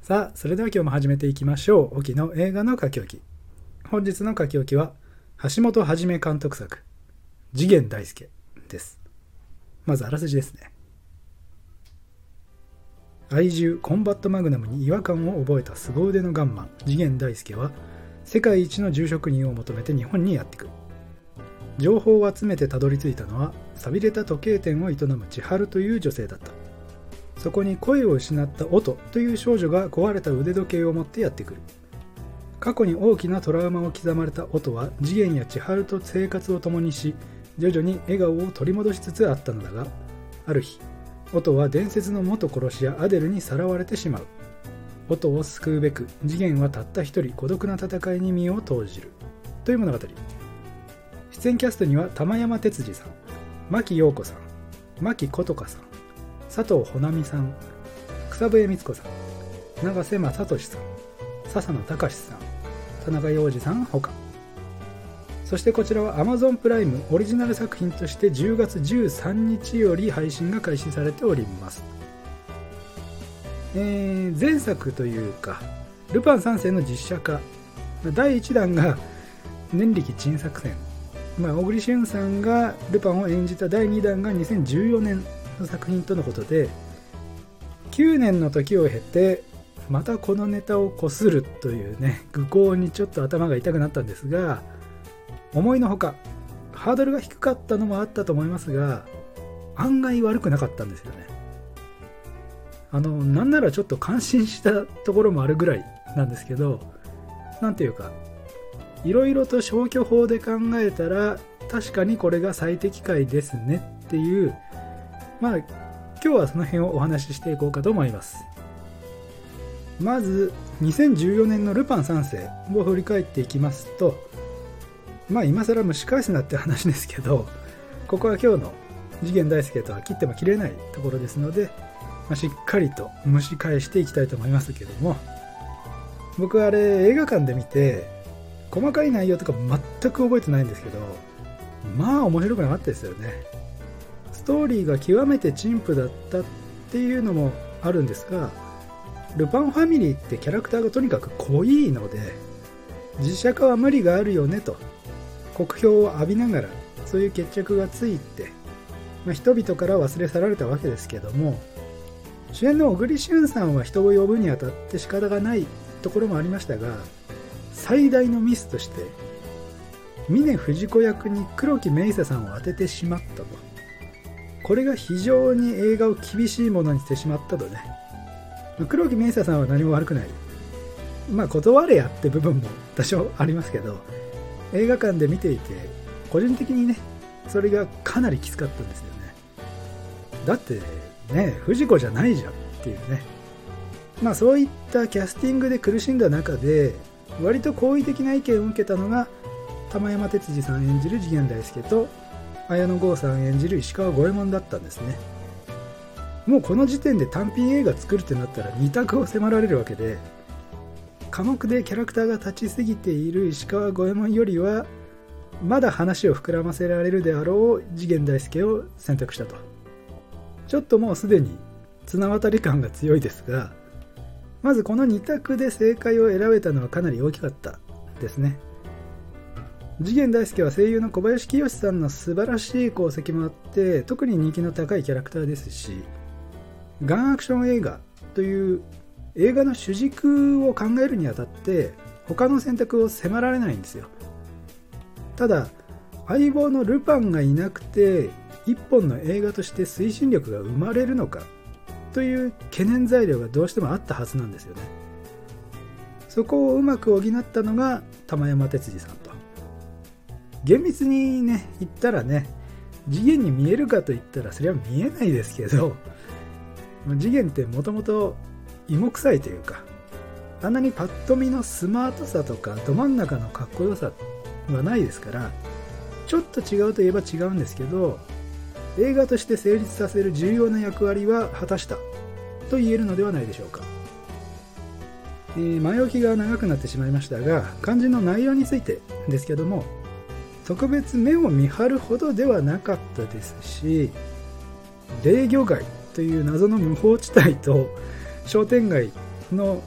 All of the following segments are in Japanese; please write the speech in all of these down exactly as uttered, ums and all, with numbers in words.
さあ、それでは今日も始めていきましょう。沖の映画の書き置き。本日の書き置きは橋本一監督作次元大介です。まずあらすじですね。愛獣コンバットマグナムに違和感を覚えた凄腕のガンマン次元大介は世界一の銃職人を求めて日本にやってくる。情報を集めてたどり着いたのは寂れた時計店を営む千春という女性だった。そこに声を失った音という少女が壊れた腕時計を持ってやってくる。過去に大きなトラウマを刻まれた音は次元や千春と生活を共にし、徐々に笑顔を取り戻しつつあったのだが、ある日音は伝説の元殺し屋アデルにさらわれてしまう。音を救うべく次元はたった一人孤独な戦いに身を投じるという物語。出演キャストには玉山哲司さん、牧陽子さん、牧琴香さん、佐藤穂波さん、草笛光子さん、永瀬正敏さん、笹野隆さん、田中洋次さんほか。そしてこちらは Amazon プライムオリジナル作品としてじゅうがつじゅうさんにちより配信が開始されております。えー、前作というかルパン三世の実写化、だいいちだんが年力珍作戦、まあ、小栗旬さんがルパンを演じただいにだんがにせんじゅうよねんの作品とのことで、きゅうねんの時を経てまたこのネタをこするというね、愚行にちょっと頭が痛くなったんですが、思いのほかハードルが低かったのもあったと思いますが、案外悪くなかったんですよね。あのなんならちょっと感心したところもあるぐらいなんですけど、なんていうかいろいろと消去法で考えたら確かにこれが最適解ですねっていう、まあ今日はその辺をお話ししていこうかと思います。まずにせんじゅうよねんのルパン三世を振り返っていきますと、まあ今更蒸し返すなって話ですけど、ここは今日の次元大介とは切っても切れないところですので、まあ、しっかりと蒸し返していきたいと思いますけども、僕あれ映画館で見て細かい内容とか全く覚えてないんですけど、まあ面白くなかったですよね。ストーリーが極めて陳腐だったっていうのもあるんですが、ルパンファミリーってキャラクターがとにかく濃いので実写化は無理があるよねと酷評を浴びながらそういう決着がついて、まあ、人々から忘れ去られたわけですけども、主演の小栗旬さんは人を呼ぶにあたって仕方がないところもありましたが、最大のミスとして峰不二子役に黒木メイサさんを当ててしまったと。これが非常に映画を厳しいものにしてしまったとね。黒木メイサさんは何も悪くない、まあ断れやって部分も多少ありますけど、映画館で見ていて個人的にねそれがかなりきつかったんですよね。だってね藤子じゃないじゃんっていうね。まあそういったキャスティングで苦しんだ中で割と好意的な意見を受けたのが玉山哲司さん演じる次元大介と綾野剛さん演じる石川五右衛門だったんですね。もうこの時点で単品映画作るってなったらに択を迫られるわけで、寡黙でキャラクターが立ちすぎている石川五右衛門よりはまだ話を膨らませられるであろう次元大介を選択したと。ちょっともうすでに綱渡り感が強いですが、まずこのに択で正解を選べたのはかなり大きかったですね。次元大介は声優の小林清志さんの素晴らしい功績もあって特に人気の高いキャラクターですし、ガンアクション映画という映画の主軸を考えるにあたって他の選択を迫られないんですよ。ただ相棒のルパンがいなくて一本の映画として推進力が生まれるのかという懸念材料がどうしてもあったはずなんですよね。そこをうまく補ったのが玉山哲司さんと。厳密にね言ったらね、次元に見えるかと言ったらそれは見えないですけど、次元ってもともと芋臭いというか、あんなにパッと見のスマートさとかど真ん中のかっこよさはないですから、ちょっと違うといえば違うんですけど、映画として成立させる重要な役割は果たしたと言えるのではないでしょうか。えー、前置きが長くなってしまいましたが、肝心の内容についてですけども、特別目を見張るほどではなかったですし、霊魚街という謎の無法地帯と商店街の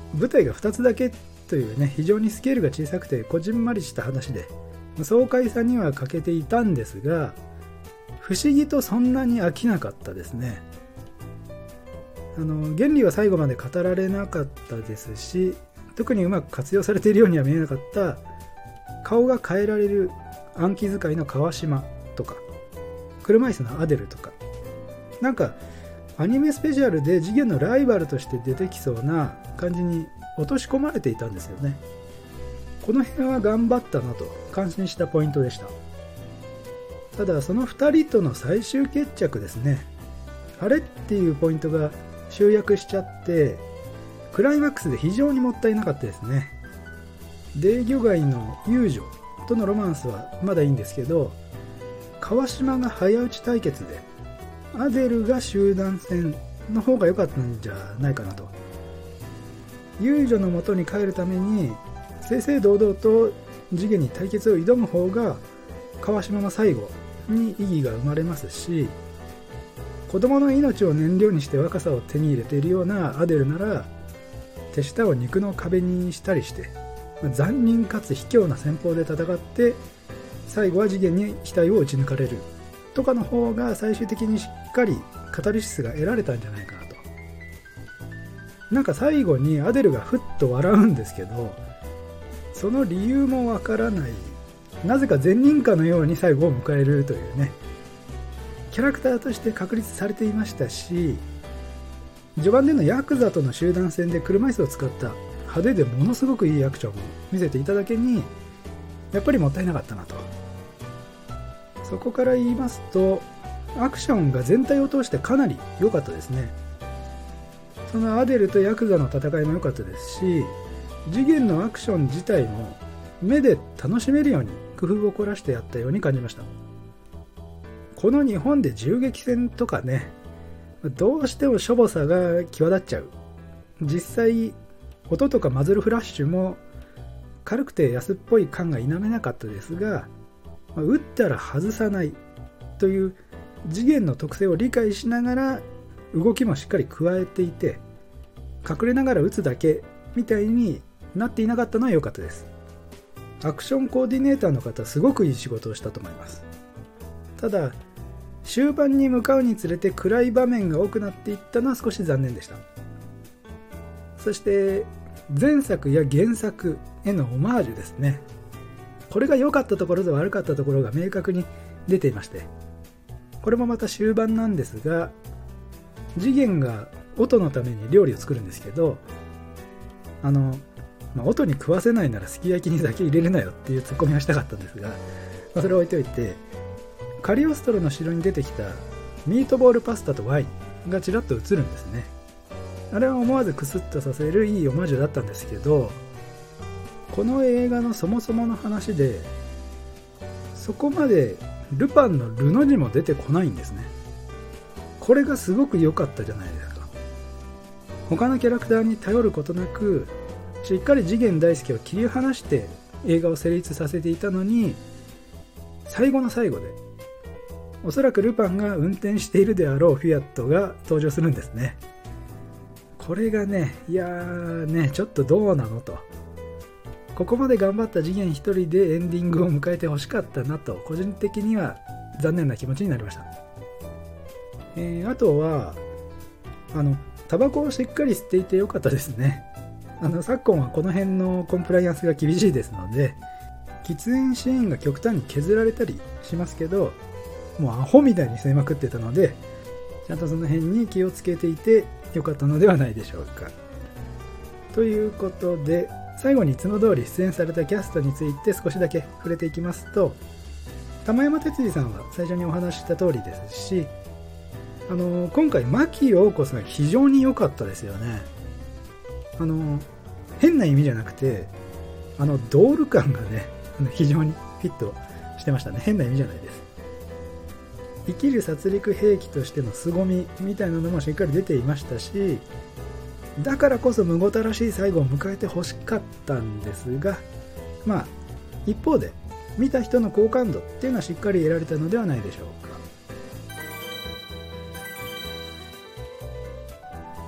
舞台がふたつだけというね、非常にスケールが小さくてこじんまりした話で爽快さには欠けていたんですが、不思議とそんなに飽きなかったですね。あの原理は最後まで語られなかったですし、特にうまく活用されているようには見えなかった顔が変えられる暗記使いの川島とか、車椅子のアデルとか、なんかアニメスペシャルで次元のライバルとして出てきそうな感じに落とし込まれていたんですよね。この辺は頑張ったなと感心したポイントでした。ただそのふたりとの最終決着ですね、あれっていうポイントが集約しちゃって、クライマックスで非常にもったいなかったですね。デー魚街の遊女とのロマンスはまだいいんですけど、川島が早打ち対決でアデルが集団戦の方が良かったんじゃないかなと。遊女の元に帰るために正々堂々と次元に対決を挑む方が川島の最後に意義が生まれますし、子供の命を燃料にして若さを手に入れているようなアデルなら手下を肉の壁にしたりして、残忍かつ卑怯な戦法で戦って最後は次元に額を打ち抜かれるとかの方が最終的にしっかりカタルシスが得られたんじゃないかなと。なんか最後にアデルがふっと笑うんですけど、その理由もわからない、なぜか善人かのように最後を迎えるというね、キャラクターとして確立されていましたし、序盤でのヤクザとの集団戦で車椅子を使った派手でものすごくいいアクションを見せていただけにやっぱりもったいなかったなと。そこから言いますと、アクションが全体を通してかなり良かったですね。そのアデルとヤクザの戦いも良かったですし、次元のアクション自体も目で楽しめるように工夫を凝らしてやったように感じました。この日本で銃撃戦とかね、どうしてもしょぼさが際立っちゃう。実際音とかマズルフラッシュも軽くて安っぽい感が否めなかったですが、撃ったら外さないという次元の特性を理解しながら動きもしっかり加えていて、隠れながら撃つだけみたいになっていなかったのは良かったです。アクションコーディネーターの方すごくいい仕事をしたと思います。ただ終盤に向かうにつれて暗い場面が多くなっていったのは少し残念でした。そして前作や原作へのオマージュですね。これが良かったところと悪かったところが明確に出ていまして、これもまた終盤なんですが、次元が音のために料理を作るんですけど、あの、まあ、音に食わせないならすき焼きに酒入れるなよっていうツッコミはしたかったんですが、まあ、それを置いておいて、カリオストロの城に出てきたミートボールパスタとワインがちらっと映るんですね。あれは思わずクスッとさせるいいオマージュだったんですけど、この映画のそもそもの話でそこまでルパンのルの字も出てこないんですね。これがすごく良かったじゃないですか。他のキャラクターに頼ることなくしっかり次元大介を切り離して映画を成立させていたのに、最後の最後でおそらくルパンが運転しているであろうフィアットが登場するんですね。これがね、いやーね、ちょっとどうなのと。ここまで頑張った次元一人でエンディングを迎えてほしかったなと、個人的には残念な気持ちになりました。えー、あとはあのタバコをしっかり吸っていてよかったですね。あの昨今はこの辺のコンプライアンスが厳しいですので、喫煙シーンが極端に削られたりしますけど、もうアホみたいに吸いまくってたので、ちゃんとその辺に気をつけていてよかったのではないでしょうか。ということで、最後にいつも通り出演されたキャストについて少しだけ触れていきますと、玉山哲司さんは最初にお話しした通りですし、あの今回牧陽子さん非常に良かったですよね。あの変な意味じゃなくて、あのドール感がね非常にフィットしてましたね。変な意味じゃないです。生きる殺戮兵器としての凄みみたいなのもしっかり出ていましたし、だからこそむごたらしい最後を迎えてほしかったんですが、まあ一方で見た人の好感度っていうのはしっかり得られたのではないでしょうか。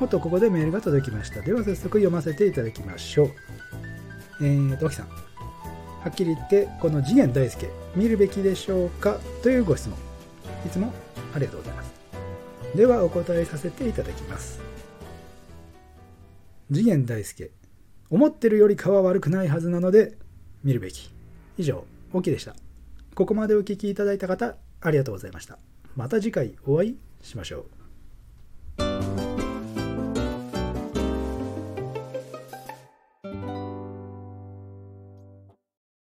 おっと、ここでメールが届きました。では早速読ませていただきましょう。えーと、沖さん。はっきり言って、この次元大介、見るべきでしょうかというご質問。いつもありがとうございます。ではお答えさせていただきます。次元大介、思ってるよりかは悪くないはずなので、見るべき。以上、沖でした。ここまでお聞きいただいた方、ありがとうございました。また次回お会いしましょう。